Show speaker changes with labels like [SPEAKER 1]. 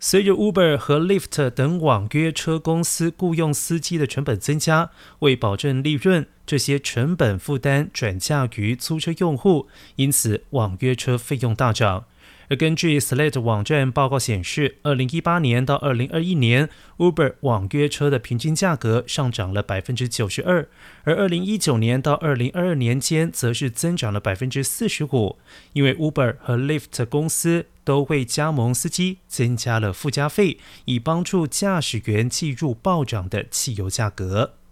[SPEAKER 1] 随着 Uber 和 Lyft 等网约车公司雇用司机的成本增加，为保证利润，这些成本负担转嫁于租车用户，因此网约车费用大涨。而根据 Slate 网站报告显示，2018年到2021年 ，Uber 网约车的平均价格上涨了 92%， 而2019年到2022年间则是增长了 45%， 因为 Uber 和 Lyft 公司都为加盟司机增加了附加费，以帮助驾驶员计入暴涨的汽油价格。